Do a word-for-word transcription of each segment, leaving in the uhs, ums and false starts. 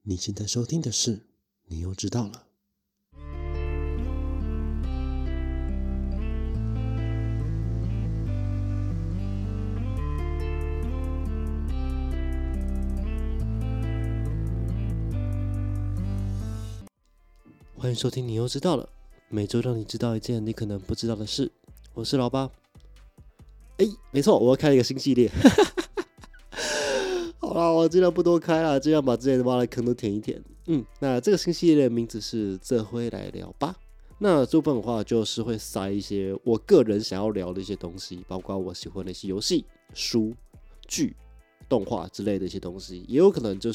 你现在收听的是，你又知道了。欢迎收听，你又知道了。每周让你知道一件你可能不知道的事。我是老八。哎，没错，我要开了一个新系列。好啦，我尽量不多开啦，尽量把之前挖的坑都填一填。嗯，那这个新系列的名字是这回来聊吧。那这部分的话，就是会塞一些我个人想要聊的一些东西，包括我喜欢的一些游戏、书、剧、动画之类的一些东西，也有可能就是，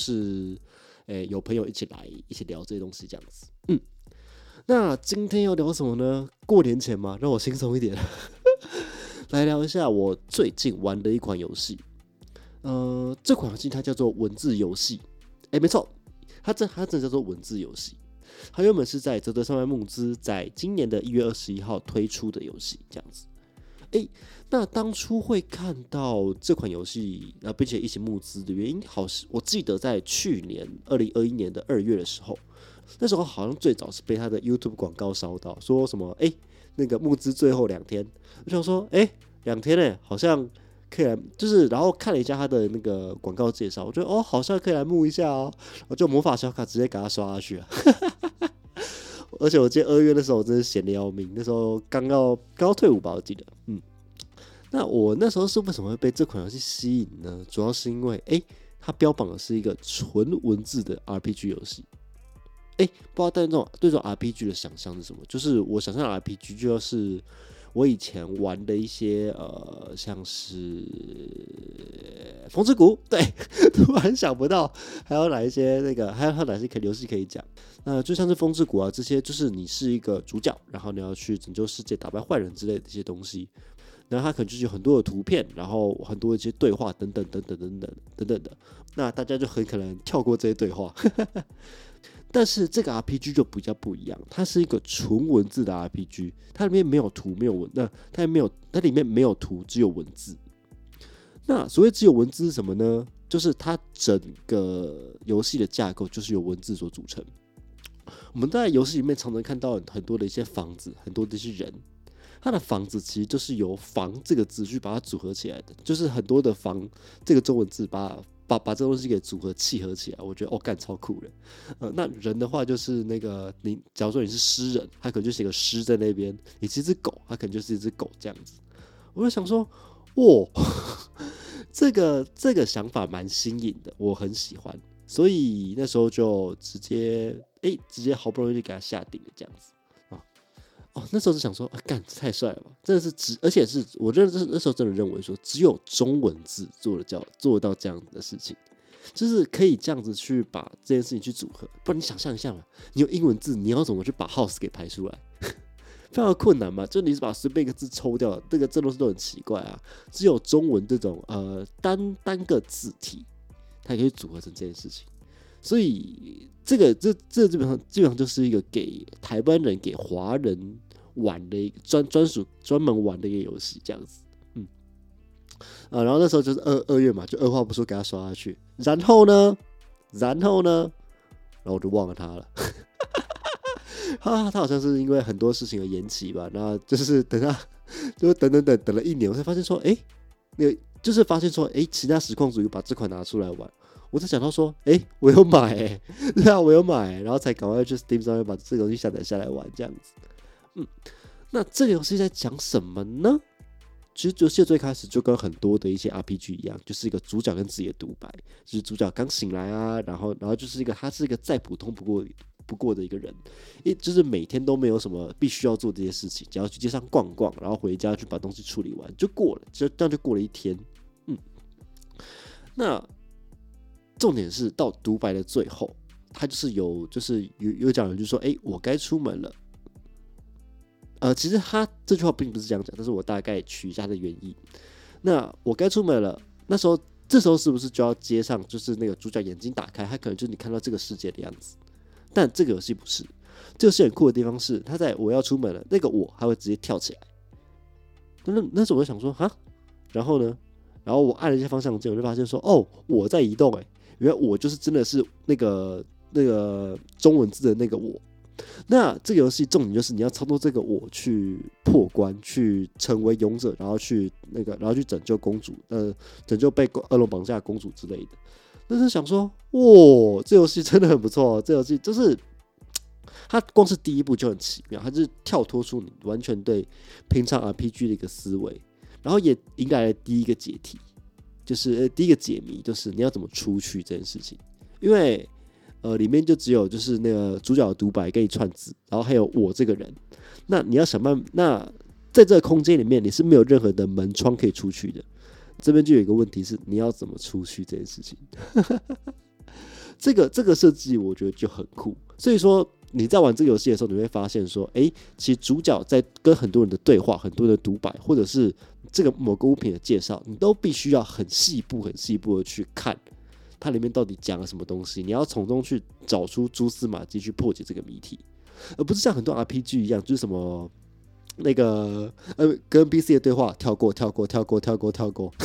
诶，有朋友一起来一起聊这些东西这样子。嗯，那今天要聊什么呢？过年前嘛，让我轻松一点，来聊一下我最近玩的一款游戏。呃，这款游戏它叫做文字游戏，哎，没错，它这它真的叫做文字游戏。它原本是在泽泽上面募资，在今年的一月二十一号推出的游戏，这样子。哎，那当初会看到这款游戏，啊，并且一起募资的原因，好是我记得在去年二零二一年的二月的时候，那时候好像最早是被他的 YouTube 广告烧到，说什么哎，那个募资最后两天，我想说哎，两天呢，好像。可以来，就是然后看了一下他的那个广告介绍，我觉得哦，好像可以来募一下哦，我就魔法小卡直接给他刷下去了。而且我记得二月的时候，我真是闲得要命，那时候刚要刚要退伍吧，我记得，嗯。那我那时候是为什么会被这款游戏吸引呢？主要是因为，哎，它标榜的是一个纯文字的 R P G 游戏。哎，不知道大家这种对这种 R P G 的想象是什么？就是我想象的 R P G 就要是。我以前玩的一些呃，像是《风之谷》，对，突然想不到还有哪一些那个，还有还有哪些可游戏可以讲。那就像是《风之谷》啊，这些就是你是一个主角，然后你要去拯救世界、打败坏人之类的一些东西。然后它可能就是有很多的图片，然后很多的一些对话等等等等等等等等的。那大家就很可能跳过这些对话。但是这个 R P G 就比较不一样，它是一个纯文字的 R P G， 它里面没有图，没有文，那它没有，它里面没有图，只有文字。那所谓只有文字是什么呢？就是它整个游戏的架构就是由文字所组成。我们在游戏里面常常看到很多的一些房子，很多的一些人，它的房子其实就是由"房"这个字去把它组合起来的，就是很多的"房"这个中文字把它把把这东西给组合契合起来，我觉得哦，干超酷的。呃，那人的话就是那个你，假如说你是诗人，他可能就写个诗在那边；你是一只狗，他可能就是一只狗这样子。我就想说，哇，这个这个想法蛮新颖的，我很喜欢，所以那时候就直接哎，直接好不容易就给他下定了这样子啊。哦，那时候就想说，啊，干，太帅了吧！真的是只，而且是我认那时候真的认为说，只有中文字做得到做得到这样子的事情，就是可以这样子去把这件事情去组合。不然你想象一下嘛，你有英文字，你要怎么去把 house 给排出来？非常的困难嘛，就你是把随便一个字抽掉，这个这东西都很奇怪啊。只有中文这种呃单单个字体，它可以组合成这件事情。所以这个这这基本上基本上就是一个给台湾人、给华人玩的一个专专属专门玩的一个游戏，这样子，嗯啊，然后那时候就是二二月嘛，就二话不说给他刷下去，然后呢，然后呢，然后我就忘了他了。他他好像是因为很多事情而延期吧，然后就是等他，就等等等等了一年，我才发现说，哎，那个就是发现说，哎，其他实况组又把这款拿出来玩。我才想到说，哎、欸，我有买、欸，对啊，我有买、欸，然后才赶快去 Steam 上面把这个东西下载下来玩，这样子。嗯，那这个游戏在讲什么呢？其实游戏最开始就跟很多的一些 R P G 一样，就是一个主角跟自己的独白，就是主角刚醒来啊，然后然后就是一个他是一个再普通不过不过的一个人，一就是每天都没有什么必须要做这些事情，只要去街上逛逛，然后回家去把东西处理完就过了，就这样就过了一天。嗯，那。重点是到独白的最后，他就是有就是有有讲人就说，哎、欸，我该出门了。呃，其实他这句话并不是这样讲，但是我大概取一下他的原意。那我该出门了，那时候这时候是不是就要接上，就是那个主角眼睛打开，他可能就是你看到这个世界的样子。但这个游戏不是，这个游戏很酷的地方是，他在我要出门了，那个我他会直接跳起来。那那时候我就想说，哈，然后呢？然后我按了一下方向键，我就发现说，哦，我在移动、欸，哎，原来我就是真的是那个那个中文字的那个我。那这个游戏重点就是你要操作这个我去破关，去成为勇者，然后去那个，然后去拯救公主，呃，拯救被恶龙绑架的公主之类的。但是想说，哇，这游戏真的很不错，这游戏就是它光是第一步就很奇妙，它就是跳脱出你完全对平常 R P G 的一个思维，然后也迎来了第一个解题，就是、呃、第一个解谜，就是你要怎么出去这件事情，因为。呃，里面就只有就是那个主角的独白跟一串字，然后还有我这个人。那你要想办法，那在这个空间里面，你是没有任何的门窗可以出去的。这边就有一个问题是，你要怎么出去这件事情？这个这个设计我觉得就很酷。所以说你在玩这个游戏的时候，你会发现说，哎、欸，其实主角在跟很多人的对话、很多人的独白，或者是这个某个物品的介绍，你都必须要很细部、很细部的去看。它里面到底讲了什么东西？你要从中去找出蛛丝马迹，去破解这个谜题，而不是像很多 R P G 一样，就是什么那个呃跟 N P C 的对话跳过、跳过、跳过、跳过、跳过。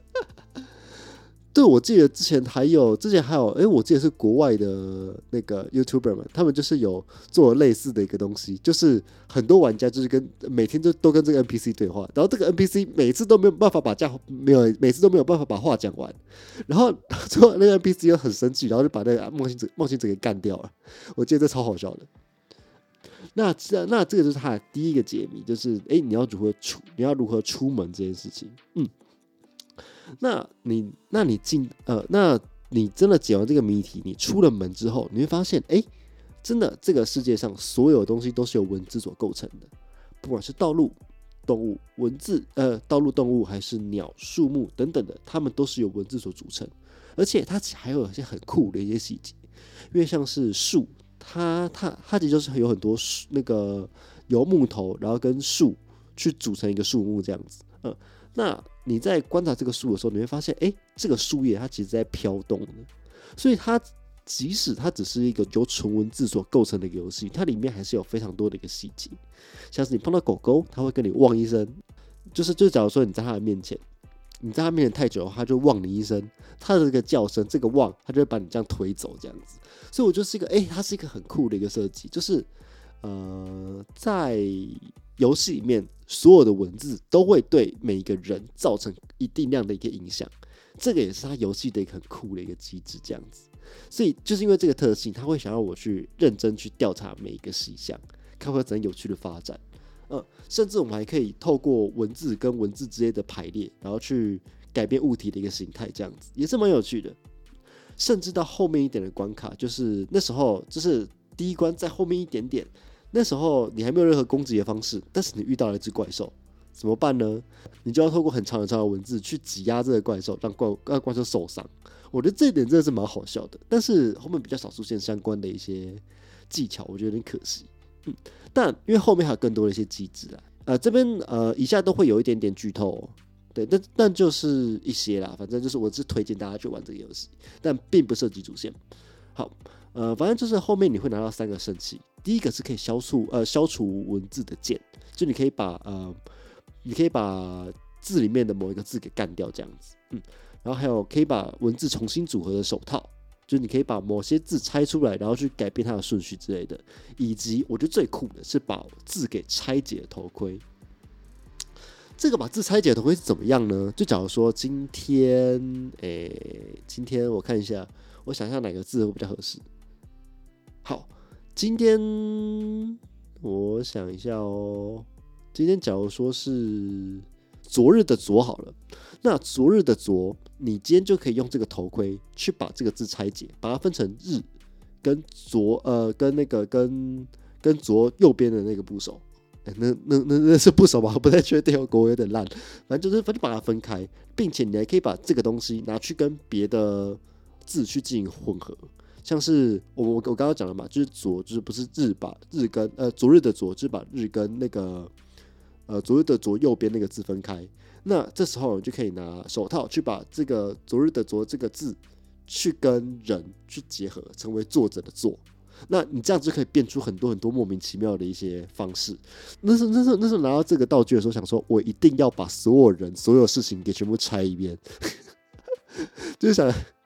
对，我记得之前还有，之前还有，哎，我记得是国外的那个 YouTuber 们，他们就是有做类似的一个东西，就是很多玩家就是跟每天都都跟这个 N P C 对话，然后这个 N P C 每次都没有办法把讲没有，每次都没有办法把话讲完，然后最后那个 N P C 又很生气，然后就把那个冒险者冒险者给干掉了。我记得这超好笑的。那那这个就是他的第一个解谜，就是哎，你要如何出，你要如何出门这件事情，嗯。那你，那你进呃，那你真的解完这个谜题，你出了门之后，你会发现，哎，真的这个世界上所有东西都是由文字所构成的，不管是道路、动物、文字，呃，道路、动物还是鸟、树木等等的，它们都是由文字所组成，而且它还有一些很酷的一些细节，因为像是树，它它它其实就是有很多那个由木头，然后跟树去组成一个树木这样子，嗯、呃，那。你在观察这个树的时候，你会发现，哎，这个树叶它其实在飘动的，所以它即使它只是一个由纯文字所构成的一个游戏，它里面还是有非常多的一个细节，像是你碰到狗狗，它会跟你汪一声，就是就假如说你在它的面前，你在它面前太久，它就汪你一声，它的这个叫声，这个汪，它就会把你这样推走这样子，所以我就是一个，哎，它是一个很酷的一个设计，就是呃，在游戏里面所有的文字都会对每一个人造成一定量的一个影响，这个也是他游戏的一个很酷的一个机制，这样子。所以就是因为这个特性，他会想要我去认真去调查每一个细项，看会有怎样有趣的发展。呃，甚至我们还可以透过文字跟文字之间的排列，然后去改变物体的一个形态，这样子也是蛮有趣的。甚至到后面一点的关卡，就是那时候就是第一关在后面一点点。那时候你还没有任何攻击的方式，但是你遇到了一只怪兽，怎么办呢？你就要透过很长很长的文字去挤压这个怪兽，让怪让怪兽受伤。我觉得这一点真的是蛮好笑的，但是后面比较少出现相关的一些技巧，我觉得有点可惜。嗯，但因为后面还有更多的一些机制啊，呃，这边呃以下都会有一点点剧透哦，对，但但就是一些啦，反正就是我是推荐大家去玩这个游戏，但并不涉及主线。好。呃，反正就是后面你会拿到三个圣器，第一个是可以消除呃消除文字的剑，就你可以把呃你可以把字里面的某一个字给干掉这样子，嗯，然后还有可以把文字重新组合的手套，就是你可以把某些字拆出来，然后去改变它的顺序之类的，以及我觉得最酷的是把字给拆解的头盔。这个把字拆解的头盔是怎么样呢？就假如说今天，诶，今天我看一下，我想一下哪个字会比较合适。好，今天我想一下哦。今天假如说是昨日的昨好了，那昨日的昨，你今天就可以用这个头盔去把这个字拆解，把它分成日跟昨，呃，跟那个跟跟昨右边的那个部首。欸、那那那那是部首吧？我不太确定，国有点烂。反正就是，反正把它分开，并且你还可以把这个东西拿去跟别的字去进行混合。像是我我我刚刚讲了嘛，就是昨就是不是日把日跟呃昨日的昨，就是把日跟那个呃昨日的昨右边那个字分开。那这时候你就可以拿手套去把这个昨日的昨这个字去跟人去结合，成为作者的作。那你这样就可以变出很多很多莫名其妙的一些方式。那时候那时候那时候拿到这个道具的时候，想说我一定要把所有人所有事情给全部拆一遍，就是想。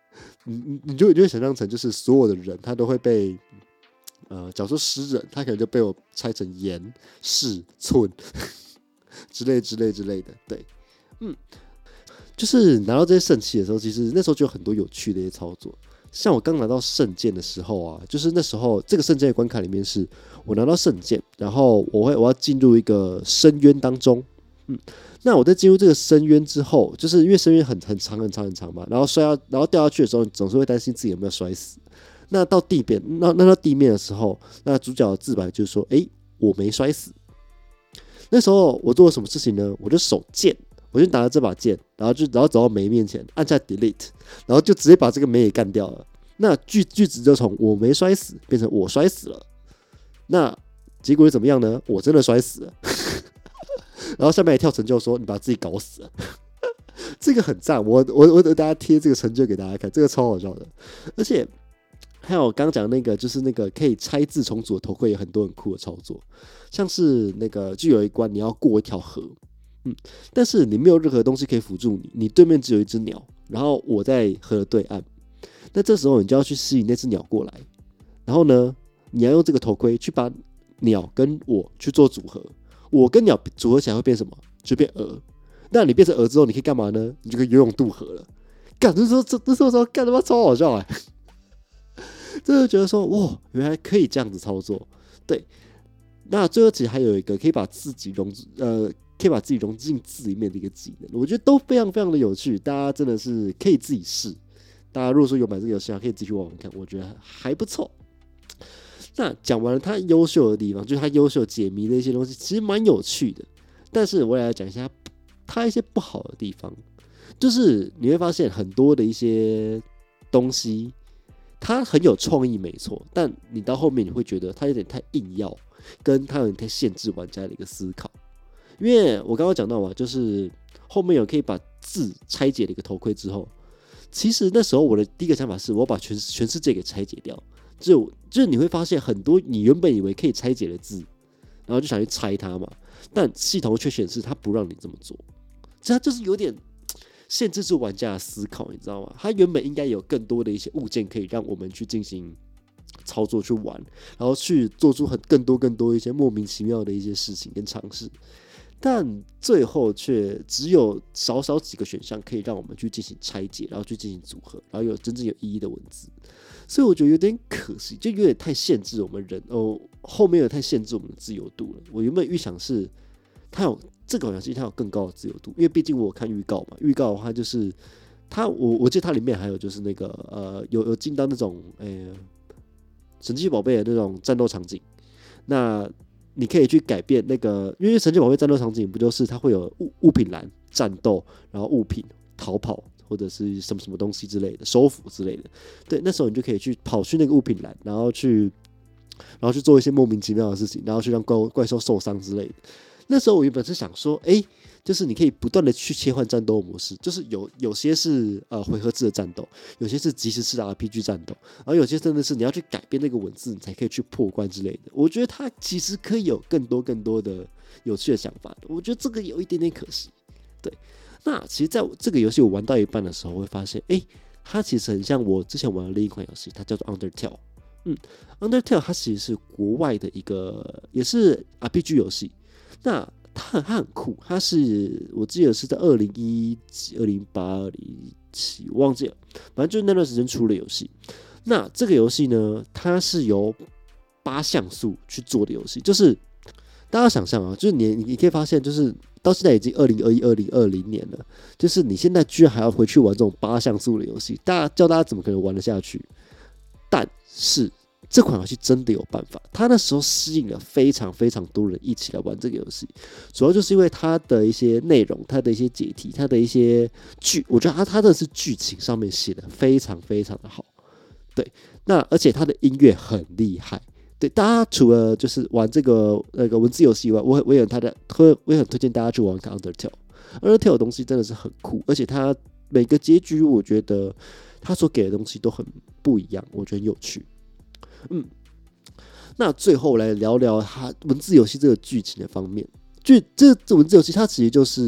你你你就你就会想象成就是所有的人他都会被呃，假如说诗人，他可能就被我拆成言、事、寸之类之类之类的，对，嗯，就是拿到这些圣器的时候，其实那时候就有很多有趣的一些操作。像我刚拿到圣剑的时候啊，就是那时候这个圣剑的关卡里面是，我拿到圣剑，然后我会我要进入一个深渊当中，嗯，那我在进入这个深渊之后，就是因为深渊很很长很长很长嘛，然后摔下，然后掉下去的时候，你总是会担心自己有没有摔死。那到地面，那那到地面的时候，那主角的自白就是说：“哎，我没摔死。”那时候我做了什么事情呢？我就手剑，我就拿着这把剑，然后就然后走到梅面前，按下 delete， 然后就直接把这个梅给干掉了。那句句子就从我没摔死变成我摔死了。那结果是怎么样呢？我真的摔死了。然后下面一跳成就说：“你把自己搞死了。”这个很赞，我我我等大家贴这个成就给大家看，这个超好笑的，而且。还有我刚刚讲那个，就是那个可以拆字重组的头盔，有很多很酷的操作，像是那个就有一关你要过一条河，嗯，但是你没有任何东西可以辅助你，你对面只有一只鸟，然后我在河的对岸，那这时候你就要去吸引那只鸟过来，然后呢，你要用这个头盔去把鸟跟我去做组合，我跟鸟组合起来会变什么？就变鹅。那你变成鹅之后，你可以干嘛呢？你就可以游泳渡河了。干，那时候这那时候说干他妈超好笑哎、欸！真的觉得说哇，原来可以这样子操作。对，那最后其实还有一个可以把自己融呃，可以把自己融进字里面的一个技能，我觉得都非常非常的有趣，大家真的是可以自己试。大家如果说有买这个游戏，可以自己去玩玩看，我觉得还不错。那讲完了它优秀的地方，就是它优秀解谜的一些东西，其实蛮有趣的。但是我也来讲一下它一些不好的地方，就是你会发现很多的一些东西。它很有创意，没错，但你到后面你会觉得它有点太硬要，跟它有点太限制玩家的一个思考。因为我刚刚讲到嘛，就是后面有可以把字拆解的一个头盔之后，其实那时候我的第一个想法是，我把全全世界给拆解掉，就就是你会发现很多你原本以为可以拆解的字，然后就想去拆它嘛，但系统却显示它不让你这么做，这就是有点。限制住玩家的思考，你知道吗？它原本应该有更多的一些物件可以让我们去进行操作去玩，然后去做出很更多更多一些莫名其妙的一些事情跟尝试，但最后却只有少少几个选项可以让我们去进行拆解，然后去进行组合，然后有真正有意义的文字。所以我觉得有点可惜，就有点太限制我们人哦，后面有太限制我们的自由度了。我原本预想是它有。这个游戏它有更高的自由度，因为毕竟我有看预告嘛。预告的话就是它，我我记得它里面还有就是那个呃，有有进到那种呃神奇宝贝的那种战斗场景。那你可以去改变那个，因为神奇宝贝战斗场景不就是它会有物物品栏战斗，然后物品逃跑或者是什么什么东西之类的，收服之类的。对，那时候你就可以去跑去那个物品栏，然后去然后去做一些莫名其妙的事情，然后去让怪怪兽受伤之类的。那时候我原本是想说，哎、欸，就是你可以不断的去切换战斗模式，就是有有些是呃回合制的战斗，有些是即时式的 R P G 战斗，然后有些真的是你要去改变那个文字，你才可以去破关之类的。我觉得它其实可以有更多更多的有趣的想法，我觉得这个有一点点可惜。对，那其实在这个游戏我玩到一半的时候，我会发现，哎、欸，它其实很像我之前玩的另一款游戏，它叫做 Undertale。嗯 ，Undertale 它其实是国外的一个也是 R P G 游戏。那它它很酷，它是我记得是在二零一几、二零八、二零一七，我忘记了，反正就是那段时间出的游戏。那这个游戏呢，它是由八像素去做的游戏，就是大家想象啊，就是你你可以发现，就是到现在已经二零二一、二零二零年了，就是你现在居然还要回去玩这种八像素的游戏，大家叫大家怎么可能玩得下去？但是这款游戏真的有办法，它那时候吸引了非常非常多人一起来玩这个游戏，主要就是因为它的一些内容、它的一些解题、它的一些剧，我觉得它它的是剧情上面写的非常非常的好，对，那而且它的音乐很厉害，对，大家除了就是玩这个那个文字游戏以外，我我也很他的推，我也很推荐大家去玩看 Undertale。Undertale 的东西真的是很酷，而且它每个结局我觉得它所给的东西都很不一样，我觉得很有趣。嗯，那最后来聊聊它文字游戏这个剧情的方面。剧这这文字游戏它其实就是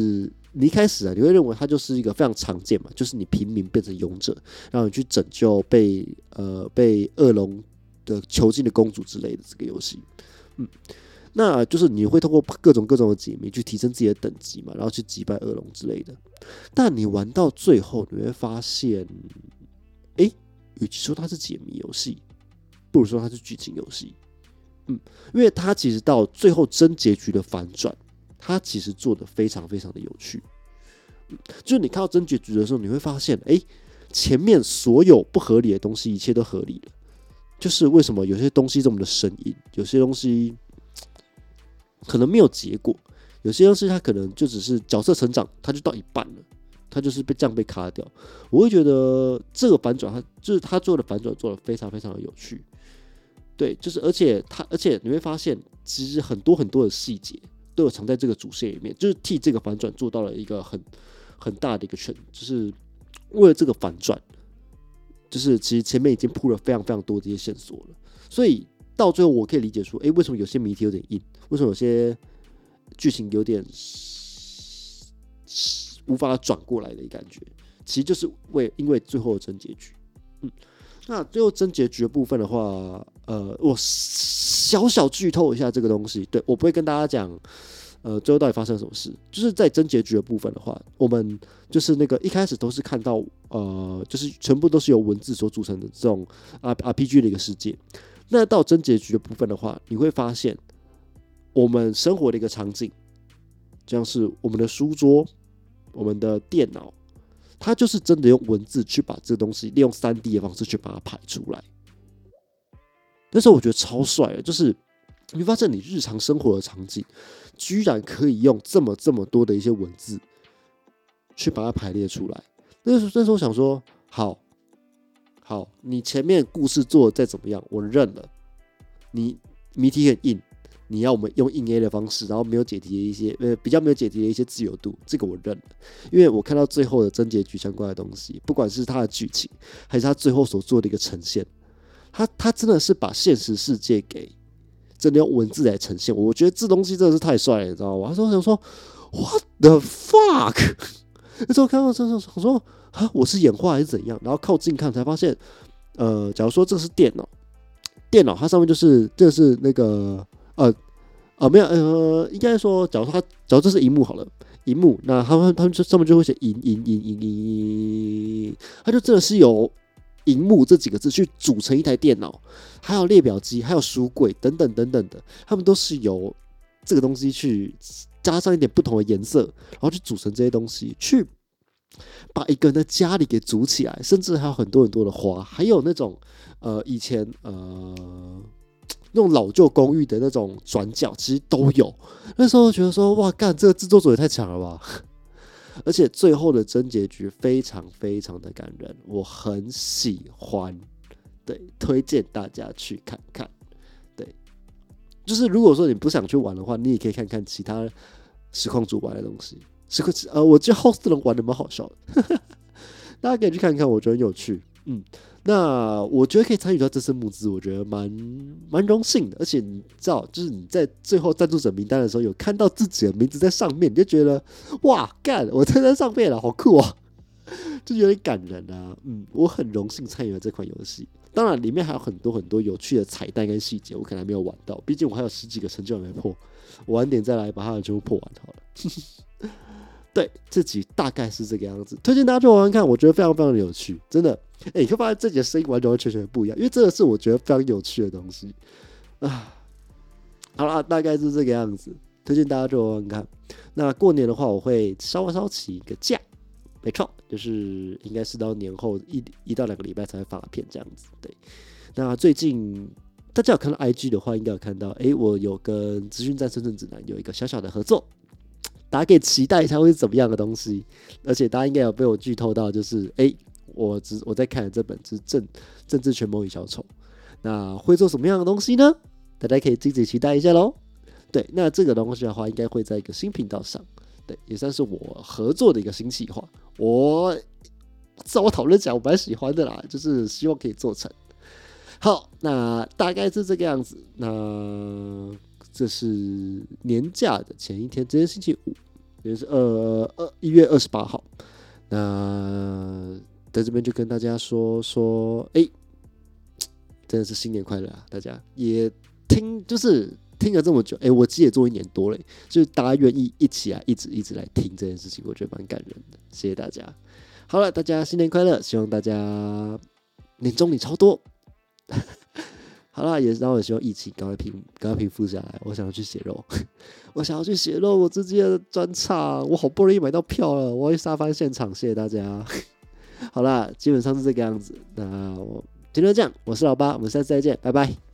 你一开始啊，你会认为它就是一个非常常见嘛，就是你平民变成勇者，然后你去拯救被呃被恶龙的囚禁的公主之类的这个游戏，嗯，那就是你会通过各种各种的解谜去提升自己的等级嘛，然后去击败恶龙之类的。但你玩到最后，你会发现，哎、欸，与其说它是解谜游戏，不如说它是剧情游戏。嗯，因为它其实到最后真结局的反转，它其实做的非常非常的有趣。嗯，就是你看到真结局的时候，你会发现，哎、欸，前面所有不合理的东西，一切都合理了。就是为什么有些东西这么的生硬，有些东西可能没有结果，有些东西它可能就只是角色成长，它就到一半了，它就是被这样被卡掉。我会觉得这个反转，它就是他做的反转做的非常非常的有趣。对，就是而且他，而且你会发现，其实很多很多的细节都有藏在这个主线里面，就是替这个反转做到了一个很很大的一个圈，就是为了这个反转，就是其实前面已经铺了非常非常多这些线索了，所以到最后我可以理解说，哎，为什么有些谜题有点硬，为什么有些剧情有点无法转过来的感觉，其实就是为因为最后的真结局，嗯。那最后真结局的部分的话，呃，我小小剧透一下这个东西。对，我不会跟大家讲，呃，最后到底发生了什么事。就是在真结局的部分的话，我们就是那个一开始都是看到，呃，就是全部都是由文字所组成的这种 R P G 的一个世界。那到真结局的部分的话，你会发现我们生活的一个场景，像是我们的书桌、我们的电脑。他就是真的用文字去把这个东西利用 三 D 的方式去把它排出来，那时候我觉得超帅的，就是你发现你日常生活的场景，居然可以用这么这么多的一些文字去把它排列出来。那时候，那时候我想说，好，好，你前面故事做的再怎么样，我认了。你谜题很硬。你要我们用硬 A 的方式，然后没有解题的一些呃比较没有解题的一些自由度，这个我认了，因为我看到最后的真结局相关的东西，不管是它的剧情，还是它最后所做的一个呈现，它它真的是把现实世界给真的用文字来呈现，我觉得这东西真的是太帅了，你知道吗？那时候想说 ，What the fuck？ 那时候看到这时候想说啊，我是演化还是怎样？然后靠近看才发现，呃，假如说这是电脑，电脑它上面就是这是那个。呃，啊，没有，呃，应该说，假如说它，假如这是荧幕好了，荧幕，那他们他们就上面就会写荧荧荧荧荧，它就真的是由荧幕这几个字去组成一台电脑，还有列表机，还有书柜等等等等的，他们都是由这个东西去加上一点不同的颜色，然后去组成这些东西，去把一个人的家里给组起来，甚至还有很多很多的花，还有那种呃以前呃。那种老旧公寓的那种转角，其实都有。那时候觉得说，哇，干，这个制作组也太强了吧！而且最后的真结局非常非常的感人，我很喜欢，对，推荐大家去看看。对，就是如果说你不想去玩的话，你也可以看看其他实况主玩的东西。实况呃，我觉得 Host 人玩的蛮好笑的，大家可以去看看，我觉得很有趣。嗯。那我觉得可以参与到这次募资，我觉得蛮蛮荣幸的。而且你知道，就是你在最后赞助者名单的时候，有看到自己的名字在上面，你就觉得哇，干，我站在上面了，好酷啊！就有点感人啊。嗯，我很荣幸参与了这款游戏。当然，里面还有很多很多有趣的彩蛋跟细节，我可能还没有玩到。毕竟我还有十几个成就还没破，我晚点再来把它的全部破完好了。对，这集大概是这个样子，推荐大家去玩玩看，我觉得非常非常的有趣，真的。哎、欸，你会发现这集的声音完完全全不一样，因为真的是我觉得非常有趣的东西啊。好啦，大概是这个样子，推荐大家去玩玩看。那过年的话，我会稍微稍起一个假，没错，就是应该是到年后一一到两个礼拜才会发片这样子。对，那最近大家有看到 I G 的话，应该有看到，哎、欸，我有跟《资讯战生存指南》有一个小小的合作。大家可以期待一下会是怎么样的东西，而且大家应该有被我剧透到，就是哎、欸，我只我在看的这本是政政治权谋与小丑，那会做什么样的东西呢？大家可以自己期待一下喽。对，那这个东西的话，应该会在一个新频道上，对，也算是我合作的一个新企划。我自我讨论讲，我蛮喜欢的啦，就是希望可以做成。好，那大概是这个样子。那这是年假的前一天，今天星期五。 也是二二一月二十八号。那在这边就跟大家说说，哎、欸，真的是新年快乐啊！大家也听，就是听了这么久，哎、欸，我其实也做一年多了，就是大家愿意一起来，一直一直来听这件事情，我觉得蛮感人的，谢谢大家。好了，大家新年快乐，希望大家年终礼超多。好啦，也让我希望疫情赶快平赶快平复下来。我想要去血肉，我想要去血肉我自己的专场，我好不容易买到票了，我要去沙发现场，谢谢大家。好啦，基本上是这个样子。那我今天就这样，我是老八，我们下次再见，拜拜。